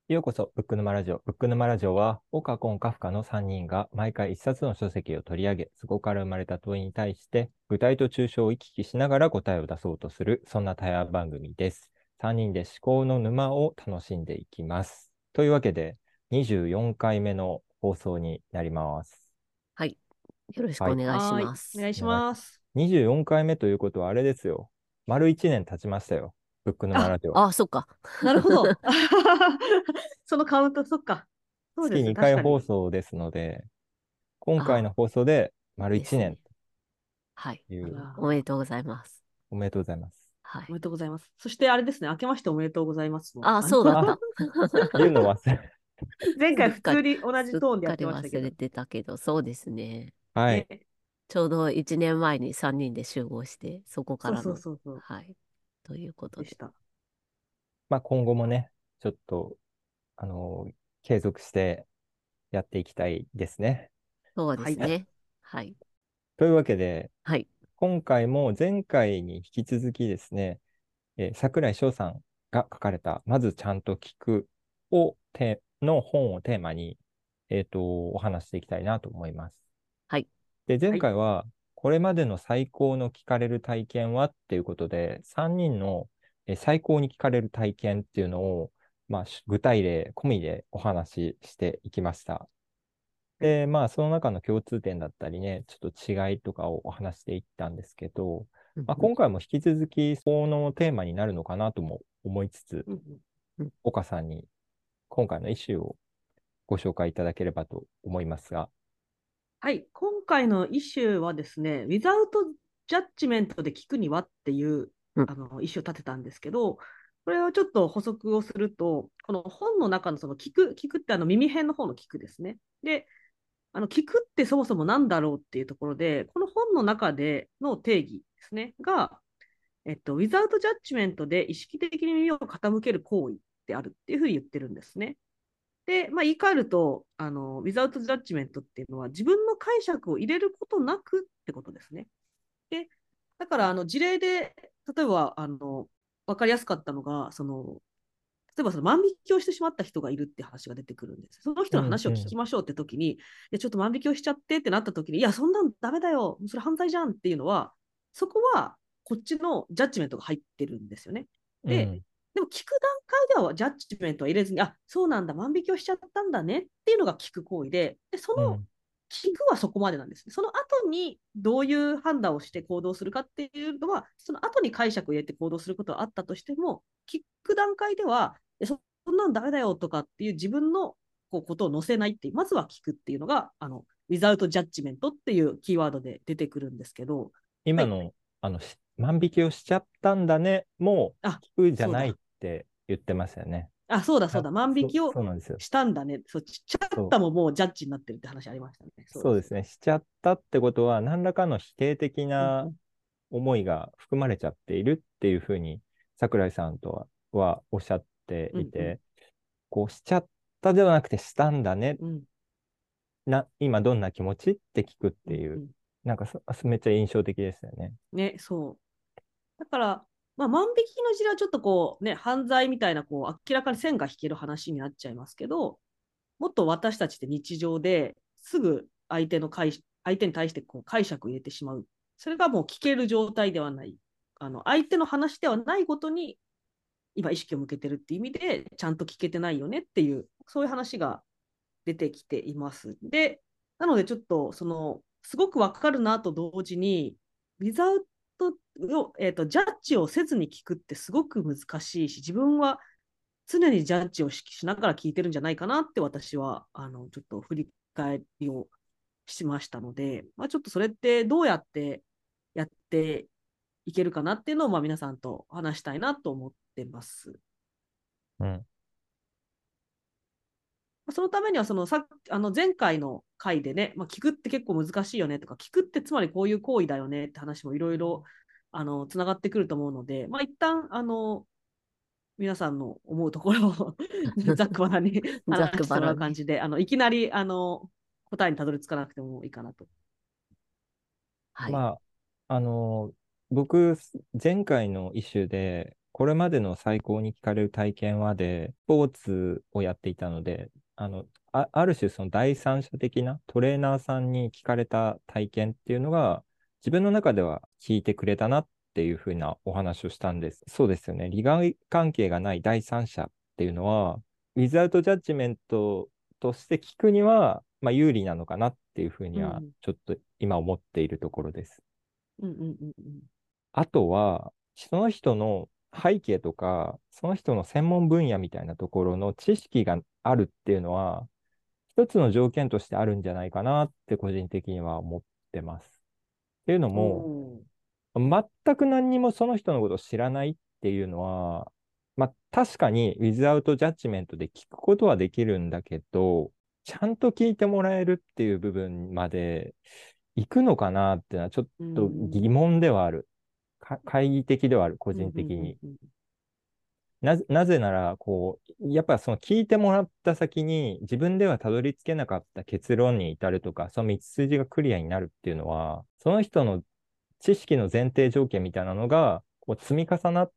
ようこそ、ブック沼ラジオ。ブック沼ラジオは、オカコン・カフカの3人が毎回一冊の書籍を取り上げ、そこから生まれた問いに対して、具体と抽象を行き来しながら答えを出そうとする、そんな対話番組です。3人で思考の沼を楽しんでいきます。というわけで、24回目の放送になります。 はい。よろしくはい。 お願いしはーい。 ます。 お願いしお願いします。 ます。 24回目ということはあれですよ。丸1年経ちましたよ。ブック沼ラジオ。 そっか。 なるほど。そのカウント、そっか。そう月です。 2回放確かに。 送ですので、今回のあ放送で丸1年ですね。はい。 という、 おめでとうございます。 おめでとうございます。 はい。 おめでとうございます。そしてあれですね、明けましておめでとうございますも。 そうだっあ、 た。 言うの忘れ。 前回普通すっかり、 に同じトーンでやっすっかりてましたけど。 忘れてたけど、そうですね。 はい。 ね、 ちょうど1年前に3人で集合して、そこかそうそうらの、 そうそう。 はい。ということで。 でした。 まあ、今後もね、ちょっと、あの継続してやっていきたいですね。 そうではい。 すね。はい。 というわけで、 はい。 今回も前回に引き続きですね、櫻井翔さんが書かれた、まずちゃんと聞くの本をテーマに、お話していきたいなと思います。 はい。 で、前はい。 回は、これまでの最高の聞かれる体験はっていうことで、3人の最高に聞かれる体験っていうのを、まあ、具体例込みでお話ししていきました。 はい。 で、まあ、その中の共通点だったりね、ちょっと違いとかをお話していったんですけど、まあ、 うんうん今回も引き続き、そのテーマになるのかなとも思いつつ、 うんうんうん岡さんに今回のイシューをご紹介いただければと思いますが。 はい。今回のイシューはですね、ウィザウトジャッジメントで聞くにはっていううんイシューを立てたんですけど、これをちょっと補足をすると、この本の中のその聞くって耳辺の方の聞くですね。で、聞くってそもそも何だろうっていうところで、この本の中での定義ですね、が、ウィザウトジャッジメントで意識的に耳を傾ける行為であるっていうふうに言ってるんですね。で、まあ、言い換えると、ウィザウトジャッジメントっていうのは自分の解釈を入れることなくってことですね。で、だから、事例で、例えば、わかりやすかったのが、例えばその万引きをしてしまった人がいるって話が出てくるんです。その人の話を聞うんうん。 きましょうって時に、いやちょっと万引きをしちゃってってなった時に、いや、そんなんダメだよ、それ犯罪じゃんっていうのは、そこはこっちのジャッジメントが入ってるんですよね。で、 うん。 でも聞く段階ではジャッジメントは入れずに、あ、そうなんだ、万引きをしちゃったんだねっていうのが聞く行為で、そのうん。 聞くはそこまでなんですね。その後にどういう判断をして行動するかっていうのは、その後に解釈を入れて行動することはあったとしても、聞く段階では、そんなんダメだよとかっていう自分のことを載せないっていう、まずは聞くっていうのが、ウィザウトジャッジメントっていうキーワードで出てくるんですけど、はい。 今の、万引きをしちゃったんだね、もあ、 う聞くじゃないっそうだ。 て言ってましたよね。 あ、そうだそうあ、 だ。万引きをそうなんですよ。 したんだね。そう、ちっちゃっそう、 たももうジャッジになってるって話ありましたね。そうだそうだ。 そうですね。しちゃったってことは、何らかの否定的なうんうん思いが含まれちゃっているっていうふうに、桜井さんはおっしゃってうんうんいて、こう、しちゃったではなくて、したんだね。 うん今どんな気持ちって聞くっていう、 うんうん。 なんかめっちゃ印象的でしたよね。 ね、そう。だから、まあ、万引きの事例はちょっとこうね、犯罪みたいな明らかに線が引ける話になっちゃいますけど、もっと私たちって日常ですぐ相手に対して解釈を入れてしまう。それがもう聞ける状態ではない。相手の話ではないことに今意識を向けてるっていう意味で、ちゃんと聞けてないよねっていう、そういう話が出てきています。で、なのでちょっと、すごくわかるなと同時に、ウィザウトを、ジャッジをせずに聞くってすごく難しいし、自分は常にジャッジをしながら聞いてるんじゃないかなって私は、ちょっと振り返りをしましたので、まあ、ちょっとそれってどうやってやっていけるかなっていうのを、まあ、皆さんと話したいなと思ってます。 うん。 そのためには前回の回でね、まあ、聞くって結構難しいよねとか、聞くってつまりこういう行為だよねって話もいろいろつながってくると思うので、まあ、一旦皆さんの思うところをざっくばらんにざっく話してもらばらんに。 う感じで、いきなり答えにたどり着かなくてもいいかなと。 はい。 まあ、僕、前回のイシューでこれまでの最高に聞かれる体験はで、スポーツをやっていたので、ある種その第三者的なトレーナーさんに聞かれた体験っていうのが、自分の中では聞いてくれたなっていうふうなお話をしたんです。そうですよね。利害関係がない第三者っていうのは、ウィズアウトジャッジメントとして聞くには、まあ、有利なのかなっていうふうには、 うんちょっと今思っているところです。 うんうんうんうん。 あとは、その人の背景とか、その人の専門分野みたいなところの知識があるっていうのは、一つの条件としてあるんじゃないかなって個人的には思ってます。っていうのも、 お全く何にもその人のことを知らないっていうのは、まあ確かに without judgment で聞くことはできるんだけど、ちゃんと聞いてもらえるっていう部分まで行くのかなっていうのはちょっうとん疑問ではある。懐疑的ではある、個うんうん人的に。 うんうんなぜなら、やっぱその聞いてもらった先に自分ではたどり着けなかった結論に至るとか、その道筋がクリアになるっていうのは、その人の知識の前提条件みたいなのが、積み重なって、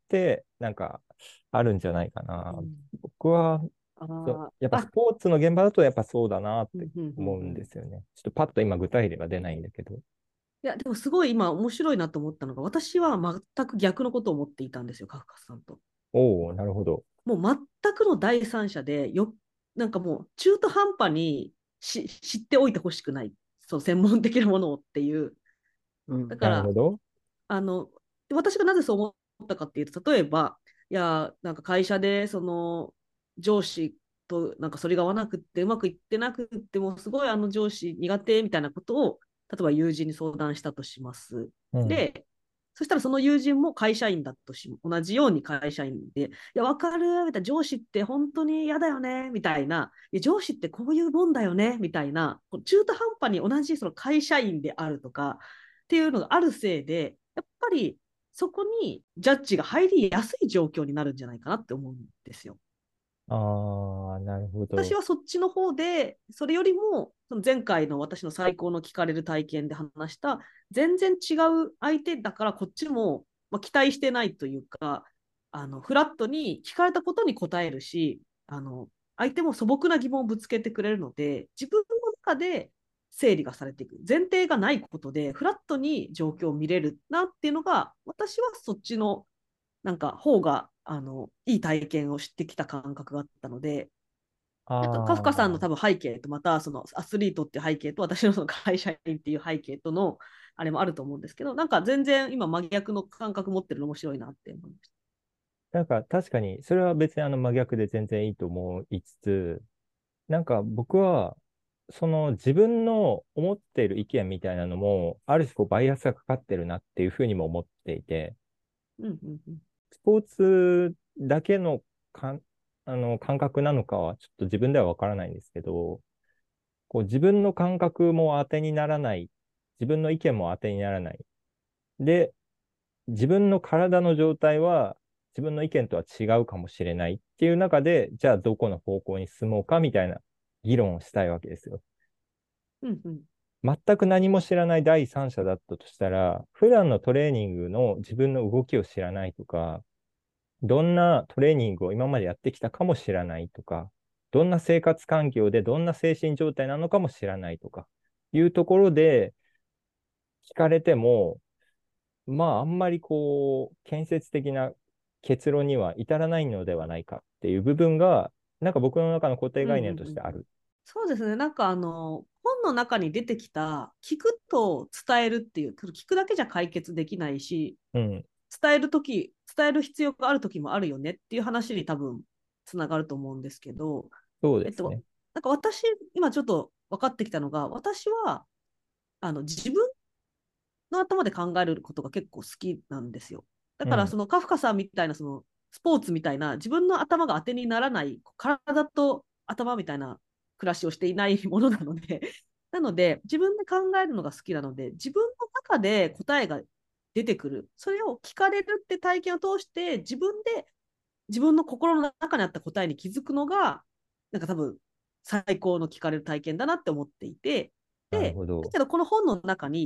あるんじゃないかな。 うん僕は、 あやっぱスあ、 ポーツの現場だとやっぱそうだなってうんうんうん思うんうん。 ですよね。ちょっとパッと今具体例が出ないんだけど。 いや、でもすごい今面白いなと思ったのが、私は全く逆のことを思っていたんですよ、カフカさんと。 おお、なるほど。 もう全くの第三者でなんかもう中途半端に知っておいてほしくない。そう、専門的なものをっていう。 うん。 だから、 なるほど。 あの、私がなぜそう思ったかっていうと、例えば、いや、なんか会社で、上司となんかそれが合わなくって、うまくいってなくって、もうすごいあの上司苦手みたいなことを、例えば友人に相談したとします。 うん。 で、そしたらその友人も会社員だと同じように会社員で、いや、わかるみたいな、上司って本当に嫌だよねみたいな、いや上司ってこういうもんだよねみたいな、中途半端に同じその会社員であるとかっていうのがあるせいで、やっぱりそこにジャッジが入りやすい状況になるんじゃないかなって思うんですよ。 ああ、なるほど。 私はそっちの方で、それよりも、その前回の私の最高の聞かれる体験で話した、全然違う相手だからこっちも、まあ、期待してないというか、フラットに聞かれたことに答えるし、相手も素朴な疑問をぶつけてくれるので、自分の中で整理がされていく。前提がないことで、フラットに状況を見れるなっていうのが、私はそっちのなんか方がいい体験をしてきた感覚があったので、なんかカフカさんのああ、 多分背景と、またそのアスリートっていう背景と、私のその会社員っていう背景とのあれもあると思うんですけど、なんか全然今真逆の感覚持ってるの面白いなって思いまし確かに、それは別に真逆で全然いいと思いつつ、僕は、その自分の思っている意見みたいなのも、ある種バイアスがかかってるなっていうふうにも思っていて、 た。うんうんうん。 スポーツだけの感覚なのかはちょっと自分ではわからないんですけど、自分の感覚も当てにならない、自分の意見も当てにならない。で、自分の体の状態は自分の意見とは違うかもしれないっていう中で、じゃあどこの方向に進もうかみたいな議論をしたいわけですよ。 うんうん。 全く何も知らない第三者だったとしたら、普段のトレーニングの自分の動きを知らないとか、どんなトレーニングを今までやってきたかも知らないとか、どんな生活環境でどんな精神状態なのかも知らないとか、いうところで聞かれても、まあ、あんまり建設的な結論には至らないのではないかっていう部分が、僕の中の固定うんう概念んうんうん。 としてある。 そうですね。なんか本の中に出てきた、聞くと伝えるっていう、聞くだけじゃ解決できないし、 うん。 伝える必要がある時もあるよねっていう話に多分つながると思うんですけど、えっと、 そうですね。 なんか私、今ちょっと分かってきたのが、私は自分の頭で考えることが結構好きなんですよ。だから、 うん。 そのカフカさんみたいな、そのスポーツみたいな、自分の頭が当てにならない、体と頭みたいな暮らしをしていないものなので、なので、自分で考えるのが好きなので、自分の中で答えが出てくる。それを聞かれるって体験を通して、自分で自分の心の中にあった答えに気づくのが、なんか多分、最高の聞かれる体験だなって思っていて、で、 なるほど。 だけどこの本の中に、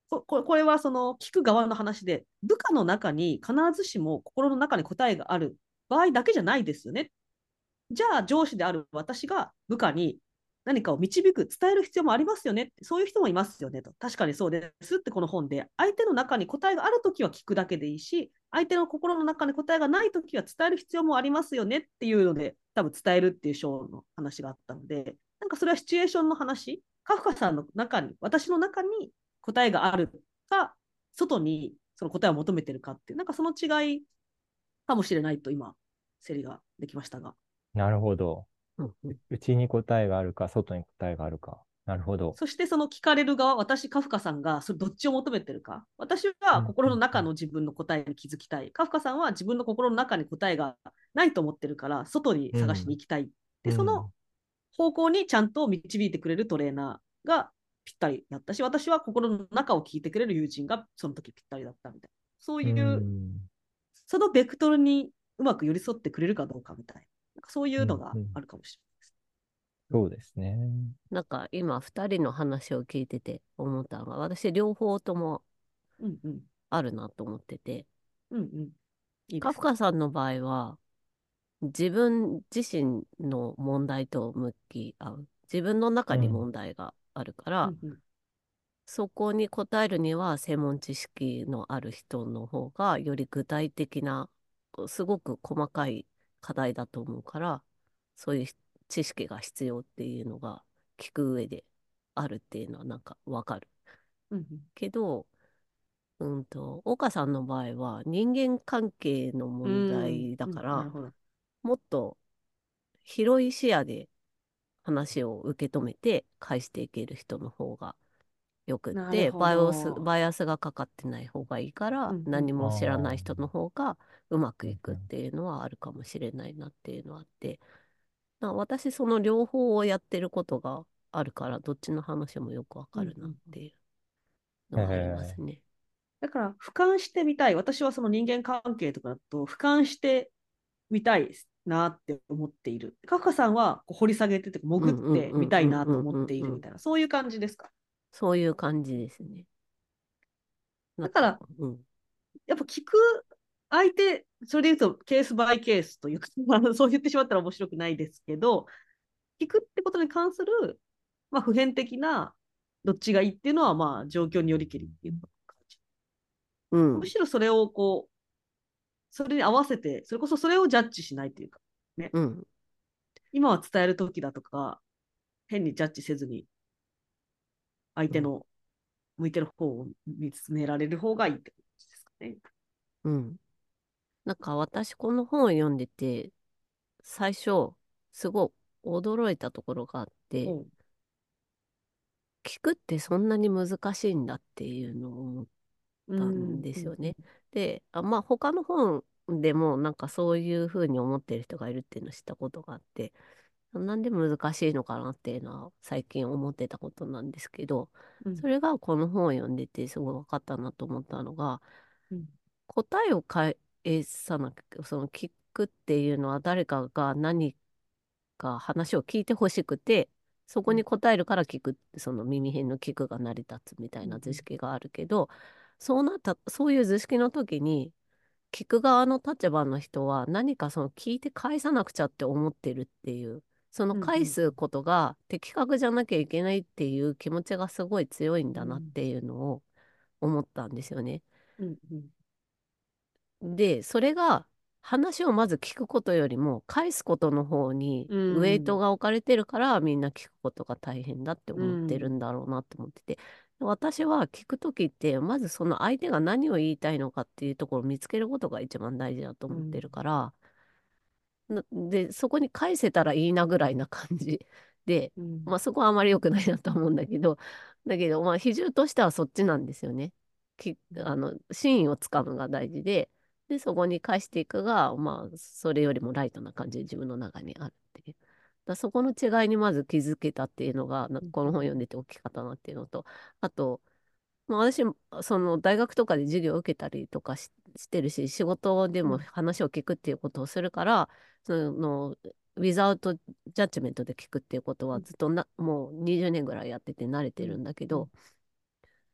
これはその聞く側の話で、部下の中に必ずしも心の中に答えがある場合だけじゃないですよね。じゃあ上司である私が部下に何かを導く、伝える必要もありますよね。そういう人もいますよねと。確かにそうですってこの本で、相手の中に答えがあるときは聞くだけでいいし、相手の心の中に答えがないときは伝える必要もありますよねっていうので、多分伝えるっていう章の話があったので、なんかそれはシチュエーションの話、カフカさんの中に、私の中に答えがあるか、外にその答えを求めてるかっていう、なんかその違いかもしれないと今、整理ができましたが。 なるほど。 うんうん。 内に答えがあるか、外に答えがあるか。なるほど。 そしてその聞かれる側、私、カフカさんがそれどっちを求めてるか。私うん、 は心のうん、うん。 中の自分の答えに気づきたい。カフカさんは自分の心の中に答えがないと思ってるから、外に探しにうん、 行きたい。で、そのうん。 方向にちゃんと導いてくれるトレーナーがぴったりだったし、私は心の中を聞いてくれる友人がその時ぴったりだったみたいな。そうういう、 ん、 そのベクトルにうまく寄り添ってくれるかどうかみたいな。なんかそういうのうん、うん。 があるかもしれないです。 そうですね。 なんか今2人の話を聞いてて思ったのが、私両方ともうんうん。 あるなと思ってて、 うんうん。いいですね。 カフカさんの場合は自分自身の問題と向き合う。自分の中にうん、 問題があるから、 うんうん。 そこに答えるには専門知識のある人の方がより具体的な、すごく細かい課題だと思うから、そういう知識が必要っていうのが聞く上であるっていうのはなんかわかる。 うんうん。 けど、岡さんの場合は人間関係のう問ん、 題だうん、 から、 なるほど。 もっと広い視野で話を受け止めて返していける人の方がよくって、 なるほど。 バイアスがかかってない方がいいから、 うん、うん、 何あも知らないあ、 人の方がうまくうん、 いくっうん。 ていうのはあるかもしれないなっていうのはあって、私その両方をやってることがあるから、どっちの話もよくわうん、 かるなっうん。 ていうへのはありますえ、 ね。 だから、俯瞰してみたい。私はその人間関係とかだと、俯瞰してみたいなって思っている。カフカさんはこう掘り下げてて、潜っうんうんてみたいうんうんなと思っうんうんうん。 ているみたいな、そういう感じですか。 そういう感じですね。なんか、 だから、 うん。 やっぱ聞く相手、それで言うとケースバイケースというか、そう言ってしまったら面白くないですけど、聞くってことに関する、まあ、普遍的などっちがいいっていうのは、まあ、状況によりけりっていう感じ。 うん。 むしろそれをこう、それに合わせて、それこそそれをジャッジしないというか、ね、 うん。 今は伝えるときだとか、変にジャッジせずに、相うん。 手の向いてる方を見つめられる方がいいってことですかね。 うん。なんか私この本を読んでて、最初、すごい驚いたところがあって、 うん聞くってそんなに難しいんだっていうのを思ったんうんうんうんですよね。で、まあ他の本でもなんかそういうふうに思ってる人がいるっていうのを知ったことがあって、なんで難しいのかなっていうのは最近思ってたことなんですけど、 うんそれがこの本を読んでてすごい分かったなと思ったのが、答えを返さなく、その聞くっていうのは誰かが何か話を聞いてほしくて、そこに答えるから聞くって、その耳辺の聞くが成り立つみたいな図式があるけど、そういう図式の時に、聞く側の立場の人は何かその聞いて返さなくちゃって思ってるっていう、そのうんうん返すことが的確じゃなきゃいけないっていう気持ちがすごい強いんだなっうんていうのを思ったんですよね。 うんうんで、それが話をまず聞くことよりも返すことの方にうウェイトんが置かれてるからみんな聞くことが大変だってう思ってるんんだろうなって思ってて、私は聞くときってまずその相手が何を言いたいのかっていうところを見つけることが一番大事だと思ってうんるから、で、そこに返せたらいいなぐらいな感じで、 うんまあそこはあまり良くないなと思うんだけど、まあ比重としてはそっちなんですよね。真意をつかむが大事で、で、そこに返していくが、まあそれよりもライトな感じで自分の中にあるっていう。そこの違いにまず気づけたっていうのが、この本読んでて大きかったなっていうのと、あと、まあ、私、その大学とかで授業を受けたりとかしてるし、仕事でもうん話を聞くっていうことをするから、その、ウィザウトジャッジメントで聞くっていうことうんはずっともう20年ぐらいやってて慣れてるんだけうんど、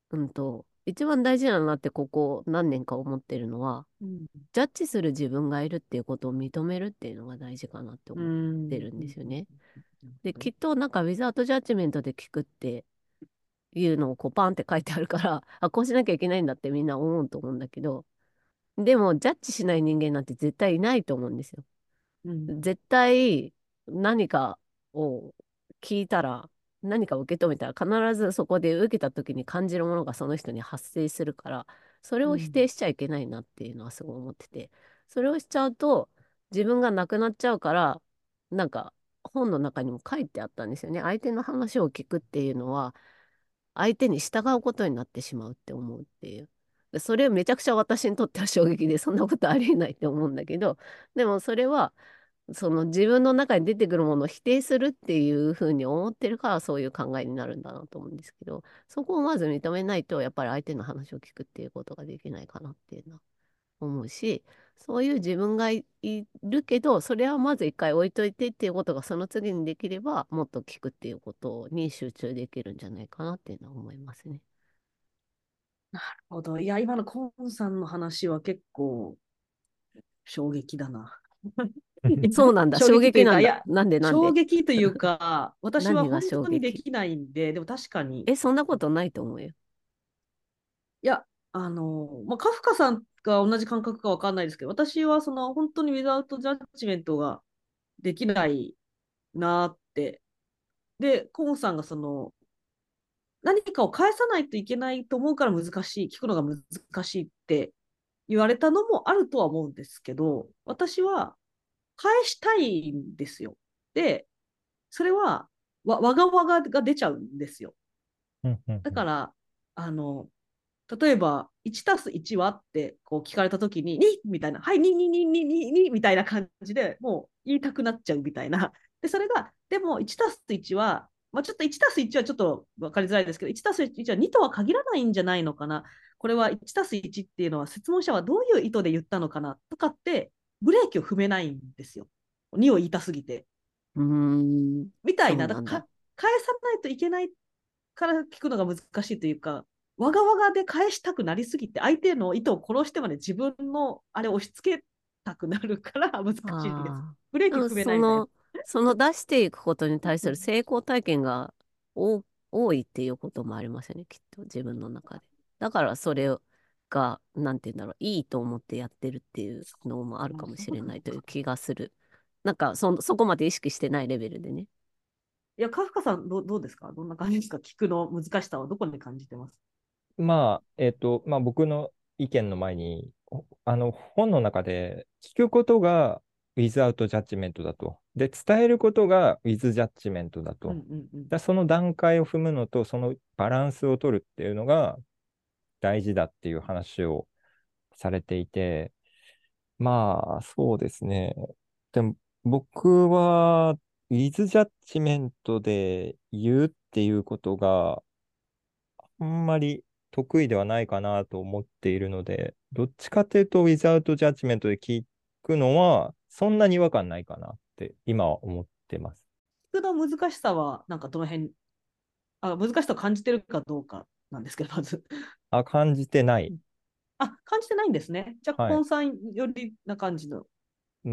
一番大事だなってここ何年か思ってるのは、ジャッジする自分がいるっていうことを認めるっていうのが大事かなって思ってるんですよね。で、きっとなんかウィザードジャッジメントで聞くっていうのをこうパンって書いてあるから、あ、こうしなきゃいけないんだってみんな思うと思うんだけど、でもジャッジしない人間なんて絶対いないと思うんですよ。絶対何かを聞いたら、何か受け止めたら必ずそこで受けた時に感じるものがその人に発生するから、それを否定しちゃいけないなっていうのはすごい思ってて、それをしちゃうと自分がなくなっちゃうから、なんか本の中にも書いてあったんですよね。相手の話を聞くっていうのは相手に従うことになってしまうって思うっていう。でそれめちゃくちゃ私にとっては衝撃でそんなことありえないって思うんだけど、でもそれはその自分の中に出てくるものを否定するっていうふうに思ってるからそういう考えになるんだなと思うんですけど、そこをまず認めないとやっぱり相手の話を聞くっていうことができないかなっていうのは思うし、そういう自分がいるけど、それはまず一回置いといてっていうことがその次にできれば、もっと聞くっていうことに集中できるんじゃないかなっていうのは思いますね。 なるほど。いや、今のコンさんの話は結構衝撃だな。 そうなんだ、 衝衝撃というか、い撃なんだ。 や、衝なんでなんで撃というか、私は何が本衝撃？ 当にできないんで、でも確かに、 そんなことないと思うよ。 いや、カフカさんが同じ感覚かわかんないですけど、私はその本当にウィザウトジャッジメントができないなって。で、コンさんがその何かを返さないといけないと思うから難しい、聞くのが難しいって言われたのもあるとは思うんですけど、私は返したいんですよ。で、それはわがわがが出ちゃうんですよ。だから、あの、例えば、1たす1はってこう聞かれたときに、2みたいな、はい、2、2、2、2、2、2みたいな感じでもう言いたくなっちゃうみたいな。で、それが、でも1たす1は、まあ、ちょっと1たす1はちょっと分かりづらいですけど、1たす1は2とは限らないんじゃないのかな。これは1たす1っていうのは、質問者はどういう意図で言ったのかなとかって、ブレーキを踏めないんですよ。2を言いたすぎて。みたいな、だからそうなんだ。 返さないといけないから聞くのが難しいというか、わがわがで返したくなりすぎて、相手の意図を殺してまで自分のあれを押し付けたくなるから難しいです。 ああ。 ブレーキでも踏めないみたいな。 その出していくことに対するうん成功体験が多いっていうこともありますよね、きっと自分の中で。だからそれが、なんて言うんだろう、いいと思ってやってるっていうのもあるかもしれないという気がする。なんかそこまで意識してないレベルでね。 いや、カフカさんどうですか？どんな感じですか？聞くの難しさはどこに感じてます？ 僕の意見の前に、本の中で聞くことが without judgment だと。で、伝えることが with judgment だと。その段階を踏むのと、そのバランスを取るっていうのが大事だっていう話をされていて、まあ、そうですね。でも、僕は with judgment で言うっていうことが、あんまり得意ではないかなと思っているので、どっちかというと、ウィザウトジャッジメントで聞くのは、そんなに違和感ないかなって今は思ってます。 聞くの難しさは、なんかどの辺、難しさを感じてるかどうかなんですけど、まず。 あ、感じてない。 感じてないんですね。じゃあ、 はい。 コンさんよりな感じの。 うん。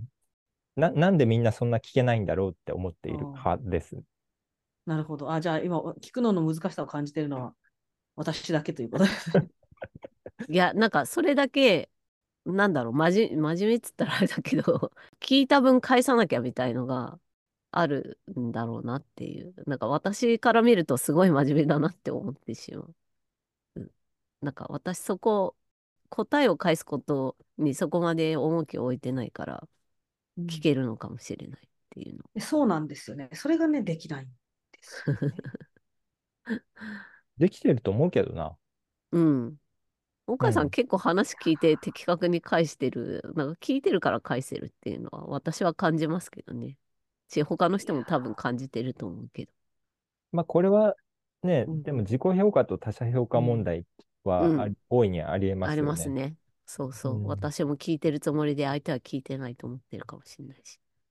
なんでみんなそんな聞けないんだろうって思っている派です。 なるほど。じゃあ今、聞くのの難しさを感じているのは私だけということですね。 いや、なんかそれだけ、なんだろう、真面目っつったらあれだけど、聞いた分返さなきゃみたいのがあるんだろうなっていう。なんか私から見るとすごい真面目だなって思ってしまう。うんなんか私答えを返すことにそこまで重きを置いてないから聞けるのかもしれないっていうの。 そうなんですよね。それがね、できないんですよね。 できてると思うけどな。 うん。岡さんうん。 結構話聞いて的確に返してる。なんか聞いてるから返せるっていうのは私は感じますけどね。他のいや人も多分感じてると思うけど。 まあ、これはね、 うん、 でも自己評価と他者評価問うん、 題うん。 大いにありえまありすよね。 ますね。そうそう。 うん。 私も聞いてるつもりで相手は聞いてないと思ってるかもしれないし。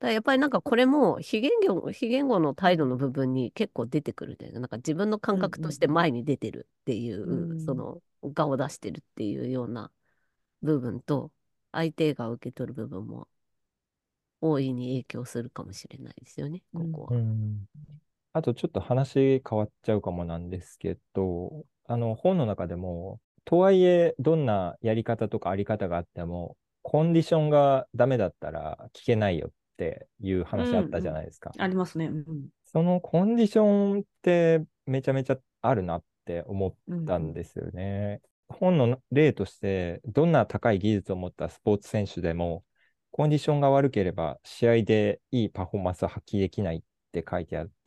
からやっぱりなんかこれも非言語の態度の部分に結構出てくるんだよね。なんか自分の感覚として前に出てるっていう、その顔を出してるっていうような部分と、相手が受け取る部分も大いに影響するかもしれないですよね、ここは。 あとちょっと話変わっちゃうかもなんですけど、本の中でも、とはいえ、どんなやり方とかあり方があっても、コンディションがダメだったら聞けないよっていう話あったじゃないですか。 ありますね。 そのコンディションってめちゃめちゃあるなって思ったんですよね。本の例として、どんな高い技術を持ったスポーツ選手でも、コンディションが悪ければ試合でいいパフォーマンスを発揮できないって書いてあって、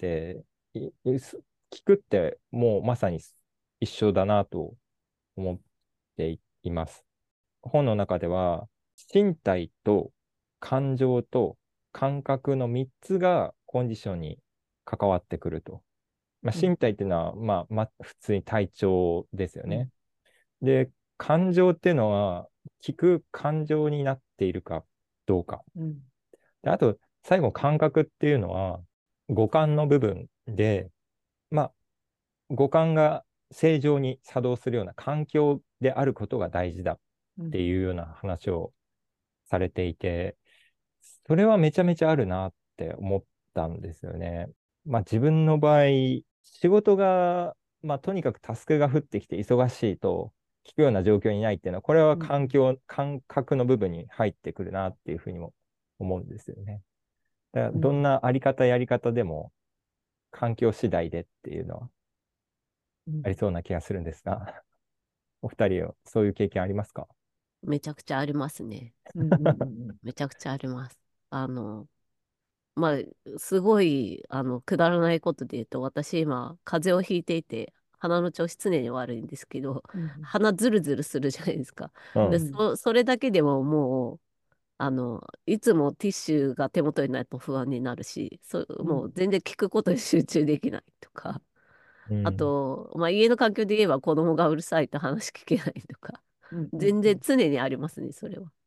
聞くってもうまさに一緒だなと思っています。本の中では、身体と感情と感覚の3つがコンディションに関わってくると。身体っていうのは、普通に体調ですよね。で、感情っていうのは、聞く感情になっているかどうか。で、あと、最後、感覚っていうのは、五感の部分で、五感が正常に作動するような環境であることが大事だっていうような話をされていて、それはめちゃめちゃあるなって思ったんですよね。自分の場合、仕事が、とにかくタスクが降ってきて忙しいと聞くような状況にないっていうのは、これは感覚の部分に入ってくるなっていうふうにも思うんですよね。だからどんなあり方やり方でも環境次第でっていうのはありそうな気がするんですが、お二人はそういう経験ありますか？ めちゃくちゃありますね。めちゃくちゃあります。まあ、すごい、くだらないことで言うと、私今、風邪をひいていて、鼻の調子常に悪いんですけど、鼻ズルズルするじゃないですか。で、それだけでももう、いつもティッシュが手元にないと不安になるし、もう全然聞くことに集中できないとか、あと、家の環境で言えば子供がうるさいと話聞けないとか、全然常にありますね、それは。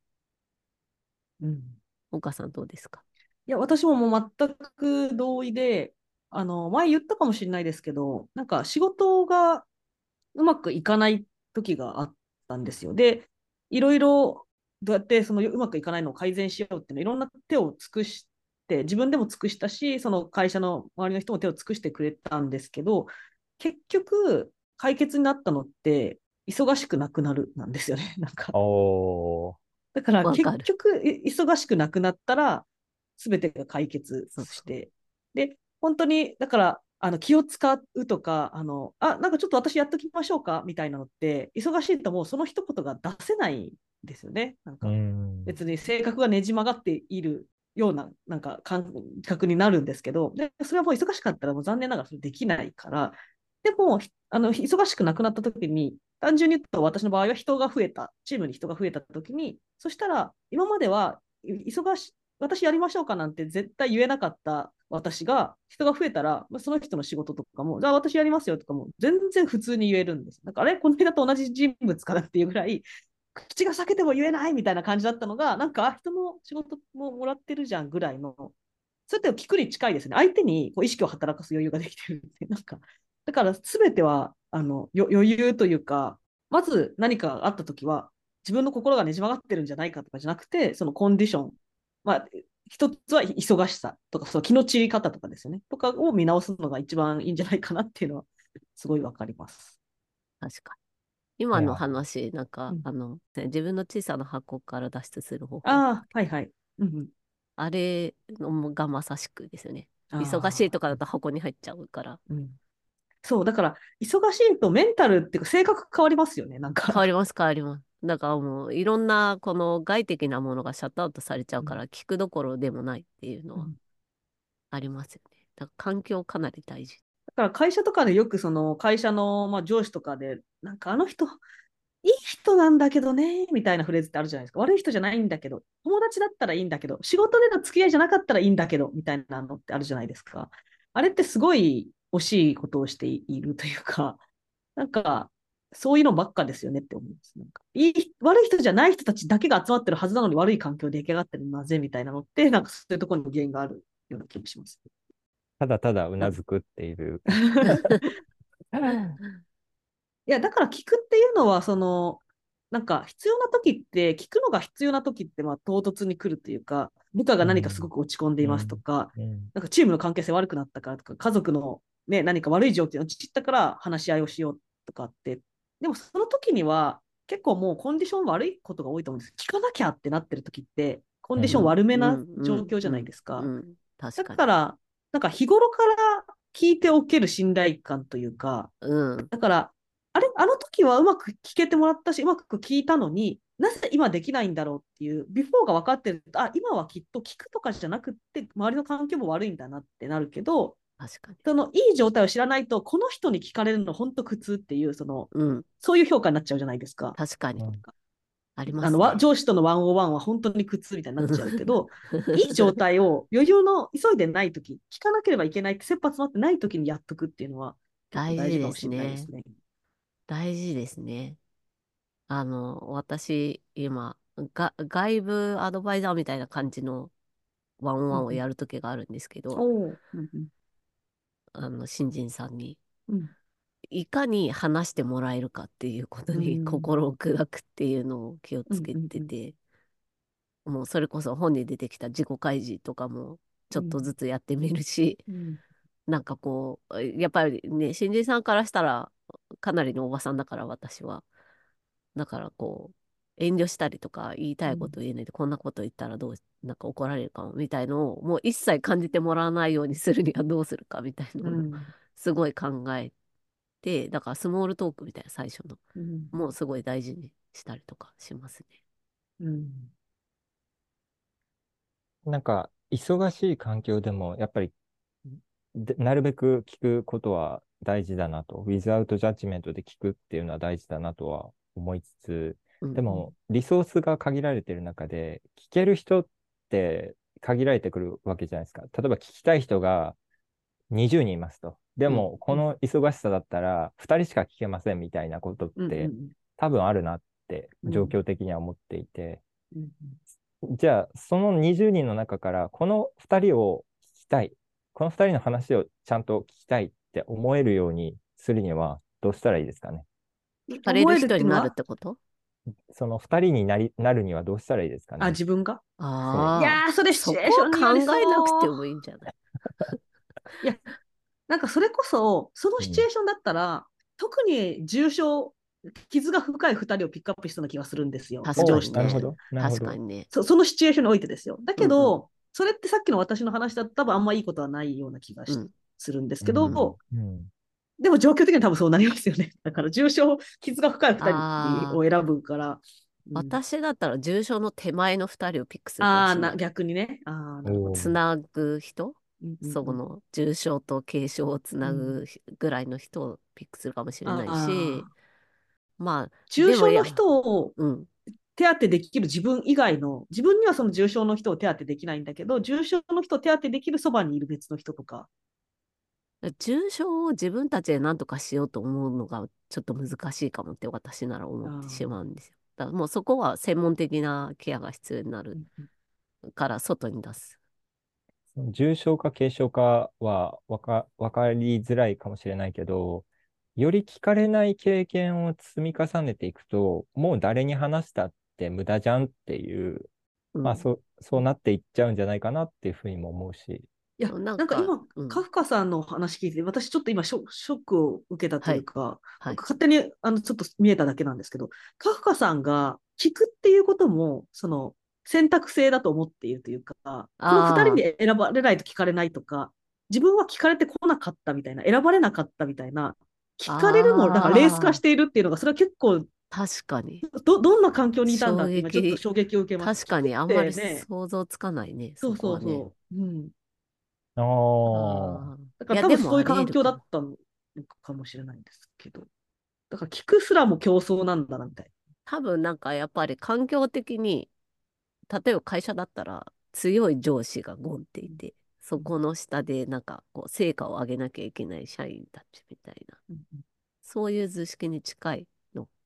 岡さんどうですか？ いや、私ももう全く同意で、前言ったかもしれないですけど、なんか仕事がうまくいかない時があったんですよ。で、いろいろどうやってそのうまくいかないのを改善しようっていうのいろんな手を尽くして、自分でも尽くしたし、その会社の周りの人も手を尽くしてくれたんですけど、結局解決になったのって忙しくなくなるなんですよね。なんか。だから結局忙しくなくなったら全てが解決して。で、本当に、だから、気を使うとか、なんかちょっと私やっときましょうかみたいなのって、忙しいともうその一言が出せないんですよね。なんか、別に性格がねじ曲がっているような、なんか感覚になるんですけど、で、それはもう忙しかったらもう残念ながらそれできないから、でも、忙しくなくなった時に、単純に言うと私の場合は人が増えた、チームに人が増えた時に、そしたら、今までは私やりましょうかなんて絶対言えなかった私が、人が増えたら、その人の仕事とかも、じゃあ私やりますよとかも、全然普通に言えるんです。なんかあれこの間と同じ人物かなっていうぐらい、口が裂けても言えないみたいな感じだったのが、なんか、人の仕事ももらってるじゃんぐらいの、そうやって聞くに近いですね。相手にこう意識を働かす余裕ができてるって、なんか、だから全ては、余裕というか、まず何かあったときは、自分の心がねじ曲がってるんじゃないかとかじゃなくて、そのコンディション、一つは忙しさとか、その気の散り方とかですよね。とかを見直すのが一番いいんじゃないかなっていうのは、すごいわかります。 確かに。今の話、なんか、自分の小さな箱から脱出する方法。 はいはい。 あれがまさしくですよね。忙しいとかだと箱に入っちゃうから。 そう、だから、忙しいとメンタルっていうか、性格変わりますよね、なんか。 変わります、変わります。だからもう、いろんな、この外的なものがシャットアウトされちゃうから、聞くどころでもないっていうのはありますよね。だから環境かなり大事。 だから会社とかでよくその会社の、上司とかで、なんかあの人、いい人なんだけどね、みたいなフレーズってあるじゃないですか。悪い人じゃないんだけど、友達だったらいいんだけど、仕事での付き合いじゃなかったらいいんだけど、みたいなのってあるじゃないですか。あれってすごい惜しいことをしているというか、なんか、 そういうのばっかですよねって思うんです。なんか悪い人じゃない人たちだけが集まってるはずなのに悪い環境で出来上がってるのはなぜみたいなのって、なんかそういうところに原因があるような気もします。 ただただうなずくっていう。 いや、だから聞くっていうのは、なんか必要な時って、聞くのが必要な時って、まあ唐突に来るというか、部下が何かすごく落ち込んでいますとか、なんかチームの関係性悪くなったからとか、家族のね、何か悪い状況を知ったから話し合いをしようとかって、でもその時には結構もうコンディション悪いことが多いと思うんです。聞かなきゃってなってる時って、コンディション悪めな状況じゃないですか。だ確かに。 から、なんか日頃から聞いておける信頼感というか、だから、あの時はうまく聞けてもらったし、うまく聞いたのになぜ今できないんだろうっていう、ビフォーが分かってると、今はきっと聞くとかじゃなくって、周りの環境も悪いんだなってなるけど、 確かに。 そのいい状態を知らないと、この人に聞かれるの本当苦痛っていう、そういう評価になっちゃうじゃないですか。 確かに。ありますね。 上司とのワンオーワンは本当に苦痛みたいになっちゃうけど、いい状態を余裕の急いでない時、聞かなければいけないって切羽詰まってない時にやっとくっていうのは結構大事かもしれないですね。 大事ですね。私、今、外部アドバイザーみたいな感じのワンオンワンをやるときがあるんですけど、新人さんに、いかに話してもらえるかっていうことに心を砕くっていうのを気をつけてて、もうそれこそ本に出てきた自己開示とかもちょっとずつやってみるし、なんかこう、やっぱりね、新人さんからしたらかなりのおばさんだから私は。だからこう、遠慮したりとか言いたいこと言えないで、こんなこと言ったらなんか怒られるかもみたいのをもう一切感じてもらわないようにするにはどうするかみたいなのをすごい考えて、だからスモールトークみたいな最初の、もうすごい大事にしたりとかしますね。 なんか、忙しい環境でも、やっぱりなるべく聞くことは大事だなと、ウィズアウトジャッジメントで聞くっていうのは大事だなとは思いつつ、でも、リソースが限られてる中で、聞ける人って限られてくるわけじゃないですか。例えば聞きたい人が20人いますと。でも、この忙しさだったら2人しか聞けませんみたいなことって多分あるなって状況的には思っていて、じゃあ、その20人の中から、この2人を聞きたい。この2人の話をちゃんと聞きたいって思えるようにするには、どうしたらいいですかね。 される人になるってこと？ その2人になるにはどうしたらいいですかね。 自分がいやそれシチュエーションによりそう。 そこは考えなくてもいいんじゃない？ いや、なんかそれこそ、そのシチュエーションだったら、特に傷が深い2人をピックアップしそうな気がするんですよ。 確かにね。 なるほど。 確かにね。 そのシチュエーションにおいてですよ。だけど、それってさっきの私の話だと多分あんまいいことはないような気がするんですけど、でも状況的には多分そうなりますよね。だから傷が深い2人を選ぶから。 私だったら重症の手前の2人をピックするかもしれない。 逆にね。 つなぐ人、その重症と軽症をつなぐぐらいの人をピックするかもしれないし、まあ、 重症の人を手当てできる自分以外の、自分にはその重症の人を手当てできないんだけど、重症の人を手当てできるそばにいる別の人とか。 重症を自分たちで何とかしようと思うのがちょっと難しいかもって私なら思ってしまうんですよ。だからもうそこは専門的なケアが必要になるから外に出す。 重症か軽症かはわかりづらいかもしれないけど、より聞かれない経験を積み重ねていくと、もう誰に話したって無駄じゃんっていう、まあそうなっていっちゃうんじゃないかなっていうふうにも思うし。 いや、なんか今、カフカさんの話聞いて、私ちょっと今ショックを受けたというか、勝手にちょっと見えただけなんですけど、カフカさんが聞くっていうことも、選択制だと思っているというか、この2人で選ばれないと聞かれないとか、自分は聞かれてこなかったみたいな、選ばれなかったみたいな、聞かれるも、だからレース化しているっていうのが、それは結構、 確かに。 どんな環境にいたんだって今ちょっと衝撃を受けます。 確かに、あんまり想像つかないね。 そうそうそう。だから多分そういう環境だったのかもしれないんですけど。だから聞くすらも競争なんだなみたいな。 多分なんかやっぱり環境的に、例えば会社だったら強い上司がゴンっていて、そこの下でなんかこう成果を上げなきゃいけない社員たちみたいな、そういう図式に近い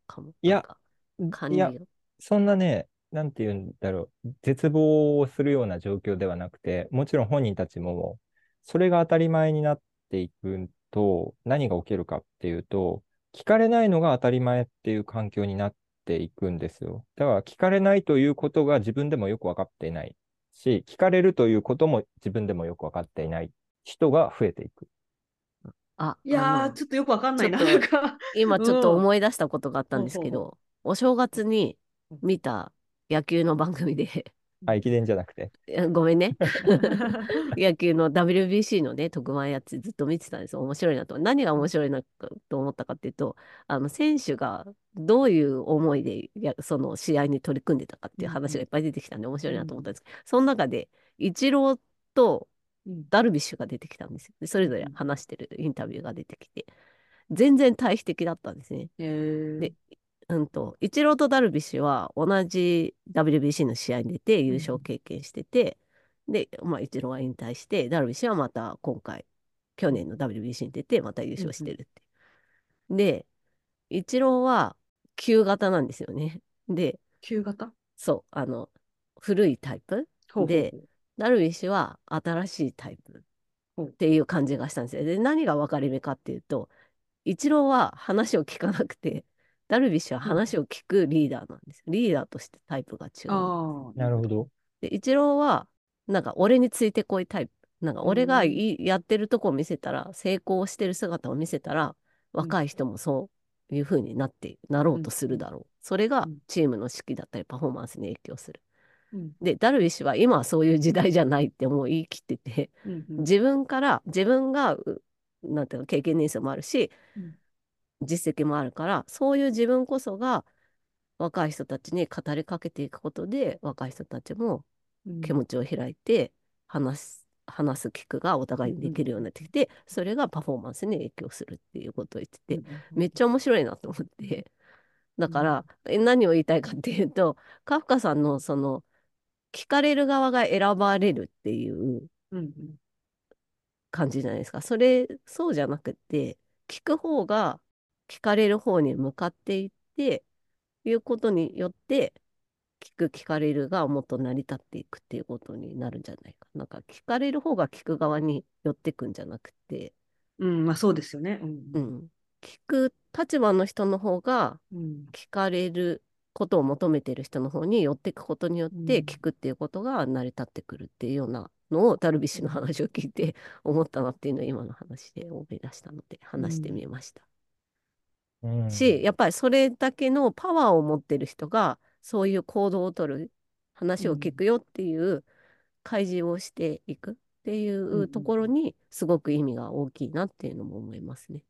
かも。 いや、いや、 管理を。 そんなね、なんて言うんだろう、絶望をするような状況ではなくて、もちろん本人たちも、それが当たり前になっていくと、何が起きるかっていうと、聞かれないのが当たり前っていう環境になっていくんですよ。だから聞かれないということが自分でもよく分かっていないし、聞かれるということも自分でもよく分かっていない人が増えていく。 いやー、ちょっとよくわかんないな。なんか、 今ちょっと思い出したことがあったんですけほうほうほど、お正月に見た野球の番組で駅伝じゃなくて。 ごめんね。野球の WBC のね、特番やつずっと見てたんですよ。面白いなと。何が面白いなと思ったかっていうと、選手がどういう思いでその試合に取り組んでたかっていう話がいっぱい出てきたんで面白いなと思ったんですけど、その中で、イチローとダルビッシュが出てきたんですよ。でそれぞれ話してるインタビューが出てきて、全然対比的だったんですね。で、イチローとダルビッシュは同じ WBC の試合に出て優勝経験してて、で、まあ、イチローは引退して、ダルビッシュはまた今回、去年の WBC に出て、また優勝してるって。で、イチローは旧型なんですよね。で、 旧型そう、古いタイプで、 ほうダルビッシュは新しいタイプっていう感じがしたんですよ。で、何が分かれ目かっていうと、イチローは話を聞かなくて、ダルビッシュは話を聞くリーダーなんですよ。リーダーとしてタイプが違う。 ああ、 なるほど。 で、イチローは、なんか俺についてこいタイプ。なんか俺がやってるとこを見せたら、成功してる姿を見せたら、若い人もそういう風になろうとするだろう。それがチームの士気だったりパフォーマンスに影響する。で、ダルビッシュは今はそういう時代じゃないってもう言い切ってて、自分がなんていうの、経験年数もあるし、実績もあるから、そういう自分こそが若い人たちに語りかけていくことで、若い人たちも気持ちを開いて話す聞くがお互いにできるようになってきて、それがパフォーマンスに影響するっていうことを言ってて、めっちゃ面白いなと思って。だから、何を言いたいかっていうと、カフカさんのその、聞かれる側が選ばれるっていう感じじゃないですか。そうじゃなくて、聞く方が聞かれる方に向かっていって、いうことによって、聞かれるがもっと成り立っていくっていうことになるんじゃないか。なんか聞かれる方が聞く側に寄ってくんじゃなくて、 まあそうですよね。 聞く立場の人の方が聞かれることを求めている人の方に寄っていくことによって聞くっていうことが成り立ってくるっていうようなのをダルビッシュの話を聞いて思ったなっていうのを今の話で思い出したので話してみました。やっぱりそれだけのパワーを持ってる人がそういう行動をとる、話を聞くよっていう開示をしていくっていうところにすごく意味が大きいなっていうのも思いますね。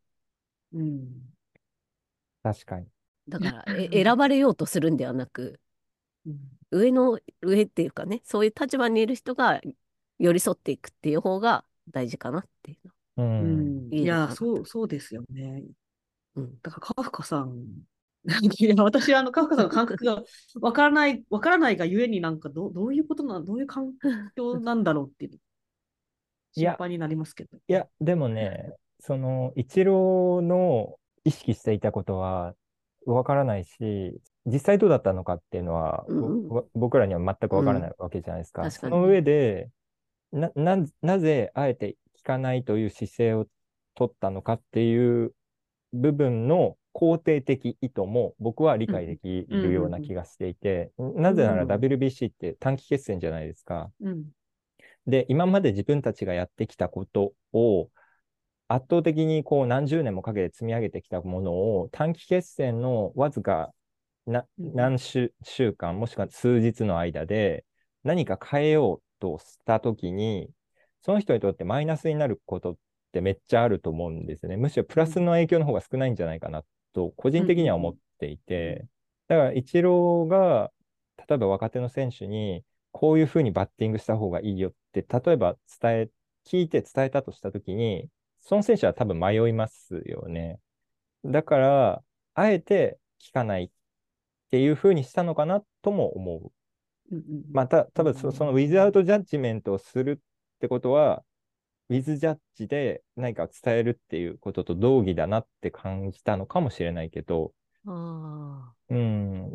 確かに。 だから選ばれようとするんではなく、上っていうかね、そういう立場にいる人が寄り添っていくっていう方が大事かなっていうの。 いや、そうですよね。だからカフカさん、いや私カフカさんの感覚がわからないがゆえになんかどういうことどういう環境なんだろうっていう心配になりますけど。 いや、でもね、イチローの意識していたことはわからないし、実際どうだったのかっていうのは、僕らには全くわからないわけじゃないですか。その上で、なぜあえて聞かないという姿勢を取ったのかっていう部分の肯定的意図も僕は理解できるような気がしていて、なぜなら WBC って短期決戦じゃないですか。で、今まで自分たちがやってきたことを圧倒的にこう何十年もかけて積み上げてきたものを短期決戦のわずか何週間もしくは数日の間で何か変えようとしたときに、その人にとってマイナスになることってめっちゃあると思うんですね。むしろプラスの影響の方が少ないんじゃないかなと個人的には思っていて、だからイチローが例えば若手の選手にこういうふうにバッティングした方がいいよって、例えば聞いて伝えたとしたときに、その選手は多分迷いますよね。だから、あえて聞かないっていうふうにしたのかなとも思う。また、多分そのウィズアウトジャッジメントをするってことは、ウィズジャッジで何か伝えるっていうことと同義だなって感じたのかもしれないけど、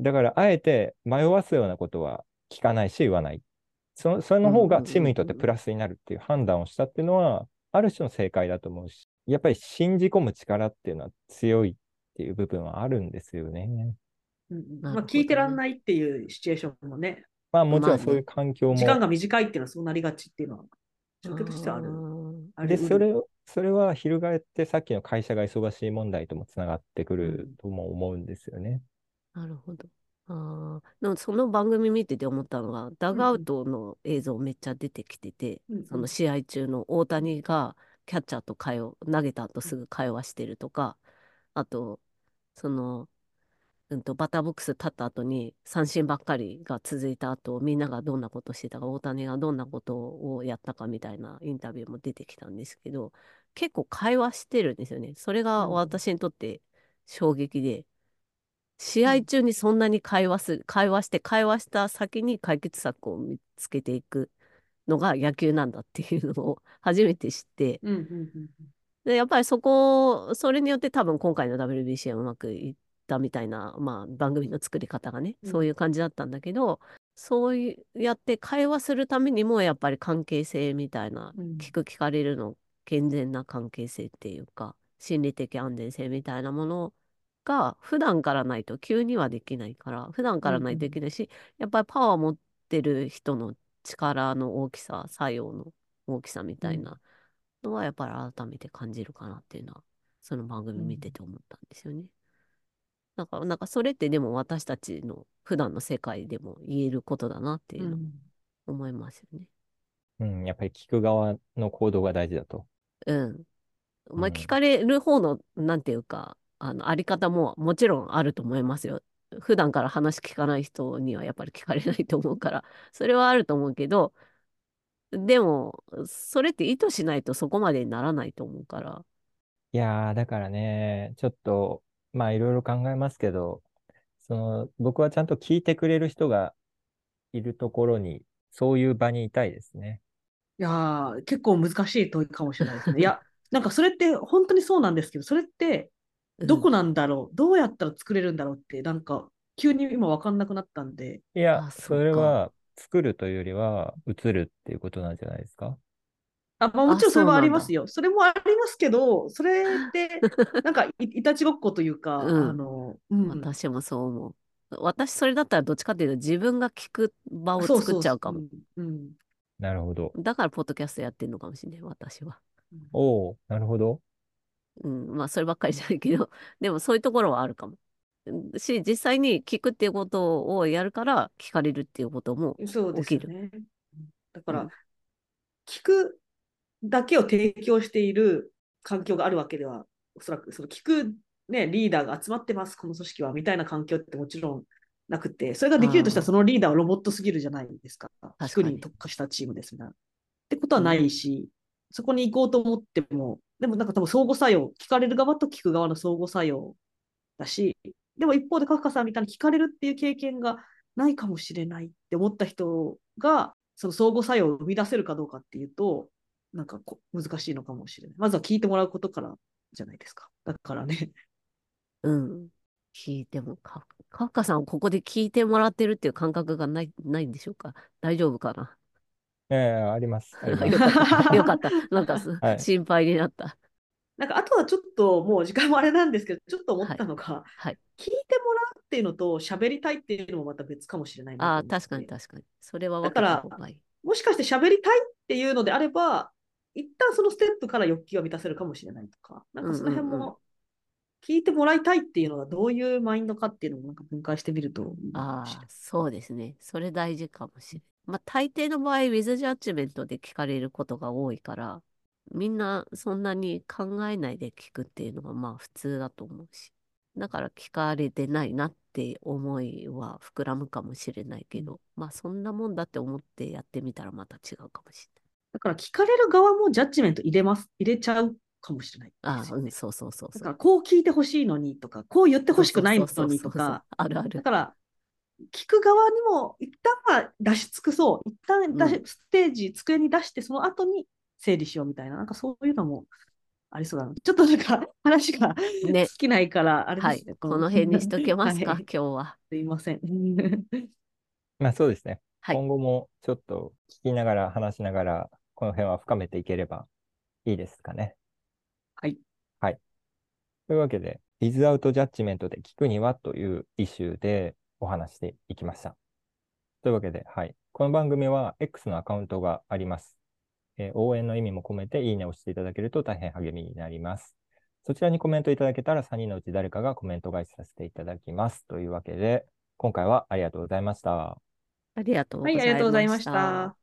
だから、あえて迷わすようなことは聞かないし言わない。それの方うんうんがチームにとってプうんラスになるっていう判断をしたっていうのは、ある種の正解だと思うし、やっぱり信じ込む力っていうのは強いっていう部分はあるんですよね。 なまあ、 るほどね。 聞いてらんないっていうシチュエーションもね、 まあもちろんそういうまあね。 環境も、 時間が短いっていうのはそうなりがちっていうのは、 あ状況としてはーで、 あり得る。 それは翻ってさっきの会社が忙しい問題ともつながってくるうんとも思うんですよね。 なるほど。でもその番組見てて思ったのが、ダうんうんグアウトの映像めっちゃ出てきてて、 うんその試合中の大谷がキャッチャーと投げた後すぐ会話してるとか、あと、その、バッターボックス立った後に三振ばっかりが続いた後、みんながどんなことしてたか、大谷がどんなことをやったかみたいなインタビューも出てきたんですけど、結構会話してるんですよね。それがうん私にとって衝撃で、試うん合中にそんなに会話して、会話した先に解決策を見つけていくのが野球なんだっていうのを初めて知って、 うんうんで、やっぱりそれによって多分今回の WBC はうまくいったみたいな、まあ番組の作り方がね、 うんそういう感じだったんだけど、そうやって会話するためにもやっぱり関係性みたいな、 うん聞かれるの、健全な関係性っていうか、心理的安全性みたいなものが普段からないと急にはできないから、普段からないといけないし、やっぱりパワーを持ってる人の力の大きさ、作用の大きさみたいなのはやっぱり改めて感じるかなっていうのは、その番組見てて思ったんですよね。なんかそれってでも私たちの普段の世界でも言えることだなっていうのを思いますよね。 うん、やっぱり聞く側の行動が大事だと。 うん。まあ、聞うん。 かれる方の、なんていうか、あり方ももちろんあると思いますよ。普段から話聞かない人にはやっぱり聞かれないと思うから、それはあると思うけど、でも、それって意図しないとそこまでにならないと思うから。 いやー、だからね、ちょっと、まあいろいろ考えますけど、僕はちゃんと聞いてくれる人がいるところに、そういう場にいたいですね。 いや結構難しい問いかもしれないですね。いや、なんかそれって本当にそうなんですけど、それってうん。 どこなんだろう、どうやったら作れるんだろうって、なんか急に今分かんなくなったんで、 いや、 あ、そそうか。 れは作るというよりは、映るっていうことなんじゃないですか。 まあ、もあ、 ちろんそれもあそうなんだ。 りますよ。それもありますけど、それってなんかいたちごっこというか、 うん。 うん、 私もそう思う。私、それだったらどっちかっていうと自分が聞く場を作っそうそう、 ちゃうかも。 うん、うん、 なるほど。 だから、ポッドキャストやってるのかもしれない、私は。 おお、なるほど。 うん、まあ、そればっかりじゃないけど、でもそういうところはあるかも。実際に聞くっていうことをやるから聞かれるっていうこともそうで起きる。 すよね。だから、 うん。 聞くだけを提供している環境があるわけでは、おそらくその聞く、ね、リーダーが集まってます、この組織は、みたいな環境ってもちろんなくて、それができるとしたらあそのリーダーはロボットすぎるじゃないですか。 あ、 聞くに確かに。 特化したチームですみたいな。ってことはなうん。 いし、そこに行こうと思っても、でもなんか多分相互作用、聞かれる側と聞く側の相互作用だし、でも一方でカフカさんみたいに聞かれるっていう経験がないかもしれないって思った人が、その相互作用を生み出せるかどうかっていうと、なんか難しいのかもしれない。まずは聞いてもらうことからじゃないですか。だからね。 うん。聞いても、カフカさん、ここで聞いてもらってるっていう感覚がないんでしょうか？大丈夫かな？ あります、ありまよす。 かった。よかった。なんかはい。 心配になった。 なんかあとはちょっともう時間もあれなんですけど、ちょっと思っはい。 たのが、 はい。 聞いてもらうっていうのと喋りたいっていうのもまた別かもしれないなああ、 と思っ確かにて。 確かに。それは分けただから、 方がいい。 もしかして喋りたいっていうのであれば、一旦そのステップから欲求が満たせるかもしれないとか、なんうんかそのうんうん。 辺も聞いてもらいたいっていうのがどういうマインドかっていうのもなんか分解してみるといいかもしれああ、そうですね。それ大事かもしれない。まあ、大抵の場合、ウィズジャッジメントで聞かれることが多いから、みんなそんなに考えないで聞くっていうのがまあ普通だと思うし。だから聞かれてないなって思いは膨らむかもしれないけない。 ど、まあそんなもんだって思ってやってみたらまた違うかもしれだから聞かれる側もジャッジメント入れちゃうかもしれないない。ああ、うん、 ですよね。 そうそうそうそう。 だからこう聞いてほしいのにとか、こう言ってほしくないそうそうそうのそうそうそう。 にとか、 あるある。 だから聞く側にも一旦は出し尽くそう。一旦うん。 ステージ、机に出して、その後に整理しようみたいな、なんかそういうのもありそうだな。ちょっとなんか話が尽ね。 きないから、あれではい。 すね。 この辺にしとけますか、 はい。 今日は。 すいません。 まあそうですね。 はい。 今後もちょっと聞きながら話しながら、この辺は深めていければいいですかね。 はい。 はい。というわけで、Without Judgment で聞くにはというイシューでお話していきました。というわけで、はい。この番組は X のアカウントがあります。応援の意味も込めていいねをしていただけると大変励みになります。そちらにコメントいただけたら3人のうち誰かがコメント返しさせていただきます。というわけで、今回はありがとうございました。 ありがとうはい、ありがございましとうございました。 た。